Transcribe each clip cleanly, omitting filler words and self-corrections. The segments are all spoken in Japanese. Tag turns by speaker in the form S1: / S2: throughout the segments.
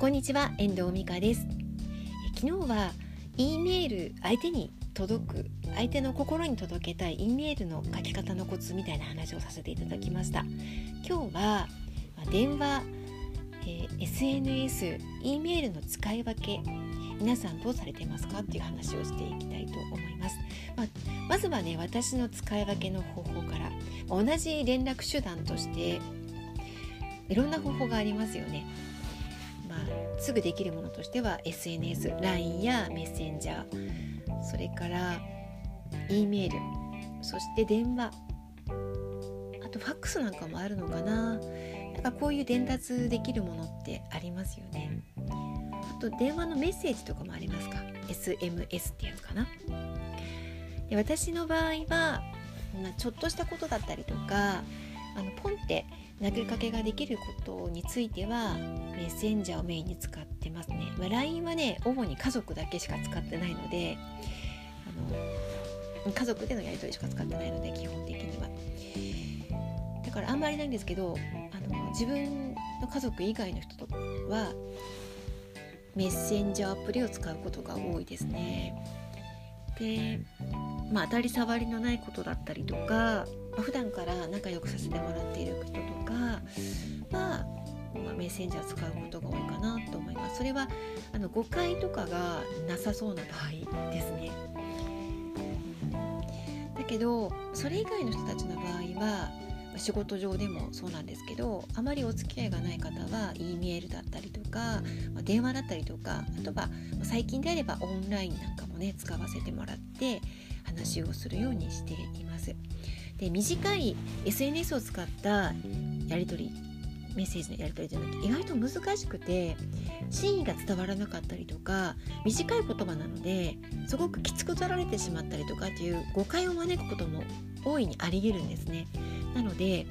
S1: こんにちは、遠藤美香です。昨日は E メール、相手の心に届けたい E メールの書き方のコツみたいな話をさせていただきました。今日は電話、SNS、E メールの使い分け、皆さんどうされてますかっていう話をしていきたいと思います。まずはね、私の使い分けの方法から。同じ連絡手段としていろんな方法がありますよね。すぐできるものとしては SNS、LINE やメッセンジャー、それから E メール、そして電話、あとファックスなんかもあるのかな。こういう伝達できるものってありますよね。あと電話のメッセージとかもありますか。 SMS ってやつかな。で、私の場合はちょっとしたことだったりとか、ポンって投げかけができることについてはメッセンジャーをメインに使ってますね。LINE はね、主に家族だけしか使ってないので、家族でのやり取りしか使ってないので、基本的にはだからあんまりないんですけど、自分の家族以外の人とはメッセンジャーアプリを使うことが多いですね。で、当たり障りのないことだったりとか、普段から仲良くさせてもらっている人とかは、メッセンジャー使うことが多いかなと思います。それは誤解とかがなさそうな場合ですね。だけどそれ以外の人たちの場合は、仕事上でもそうなんですけど、あまりお付き合いがない方は E メールだったりとか、電話だったりとか、あとは最近であればオンラインなんかもね、使わせてもらって話をするようにしています。で、短い SNS を使ったやり取り、メッセージのやり取りじゃなくて、意外と難しくて真意が伝わらなかったりとか、短い言葉なのですごくきつく取られてしまったりとかっていう誤解を招くことも大いにあり得るんですね。なので、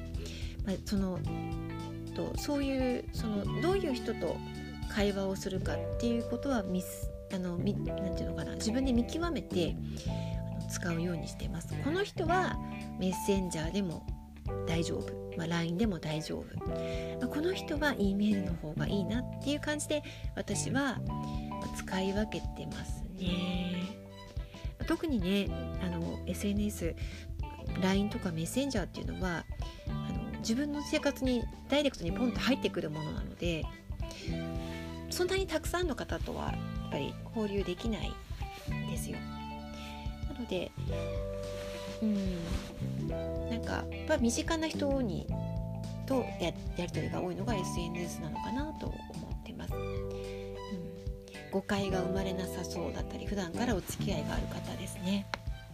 S1: そういうどういう人と会話をするかっていうことはなんていうのかな、自分で見極めて使うようにしています。この人はメッセンジャーでも大丈夫、LINE でも大丈夫、この人は E メールの方がいいなっていう感じで私は使い分けてますね。特にね、SNS、LINE とかメッセンジャーっていうのは自分の生活にダイレクトにポンと入ってくるものなので、そんなにたくさんの方とはやっぱり交流できないんですよ。なのでやっぱ身近な人とやり取りが多いのが SNS なのかなと思ってます。誤解が生まれなさそうだったり、普段からお付き合いがある方ですね。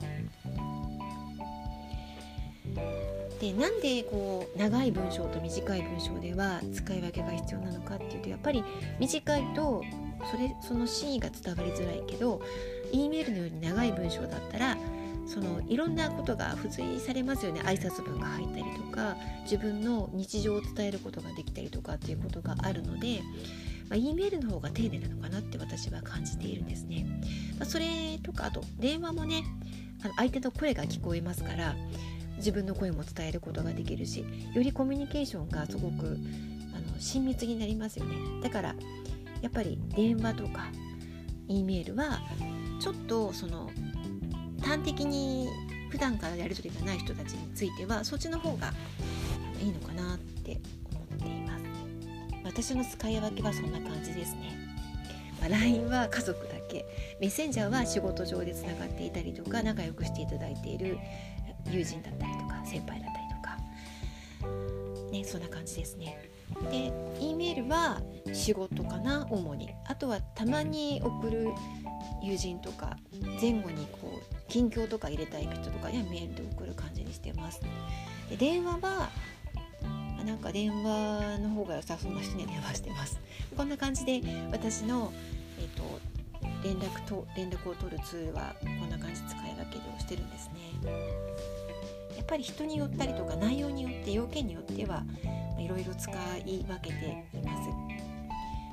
S1: で、なんで長い文章と短い文章では使い分けが必要なのかっていうと、やっぱり短いとその真意が伝わりづらいけど、 E メールのように長い文章だったらいろんなことが付随されますよね。挨拶文が入ったりとか、自分の日常を伝えることができたりとかっていうことがあるので、E メールの方が丁寧なのかなって私は感じているんですね。それとか、あと電話もね、相手の声が聞こえますから、自分の声も伝えることができるし、よりコミュニケーションがすごく親密になりますよね。だからやっぱり電話とか E メールはちょっと端的に普段からやり取りがない人たちについてはそっちの方がいいのかなって思っています。私の使い分けはそんな感じですね。LINE は家族だけ、メッセンジャーは仕事上でつながっていたりとか、仲良くしていただいている友人だったりとか先輩だったりとかね、そんな感じですね。で、E メールは仕事かな、主に。あとはたまに送る友人とか、前後に近況とか入れたい人とかにはメールで送る感じにしてます。で、電話は電話の方が良さそうな人には電話してます。こんな感じで私の、連絡を取るツールはこんな感じで使い分けをしてるんですね。やっぱり人によったりとか、内容によって、要件によってはいろいろ使い分けています。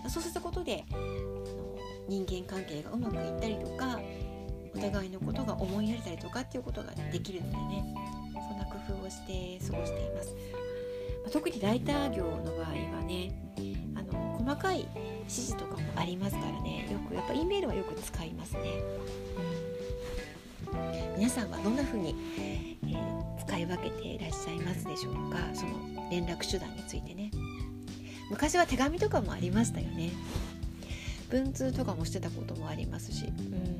S1: そうすることで人間関係がうまくいったりとか、お互いのことが思いやれたりとかっていうことができるのでね、そんな工夫をして過ごしています。特にライター業の場合はね、細かい指示とかもありますからね、よくやっぱ E メールはよく使いますね。皆さんはどんな風に、使い分けていらっしゃいますでしょうか。その連絡手段についてね。昔は手紙とかもありましたよね。文通とかもしてたこともありますし、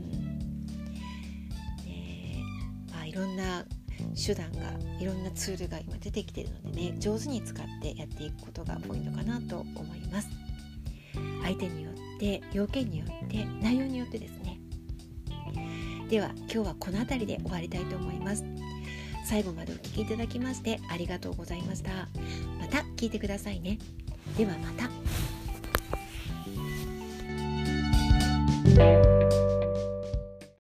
S1: いろんな手段が、いろんなツールが今出てきているのでね、上手に使ってやっていくことがポイントかなと思います。相手によって、要件によって、内容によってですね。では今日はこの辺りで終わりたいと思います。最後までお聞きいただきましてありがとうございました。また聞いてくださいね。ではまた。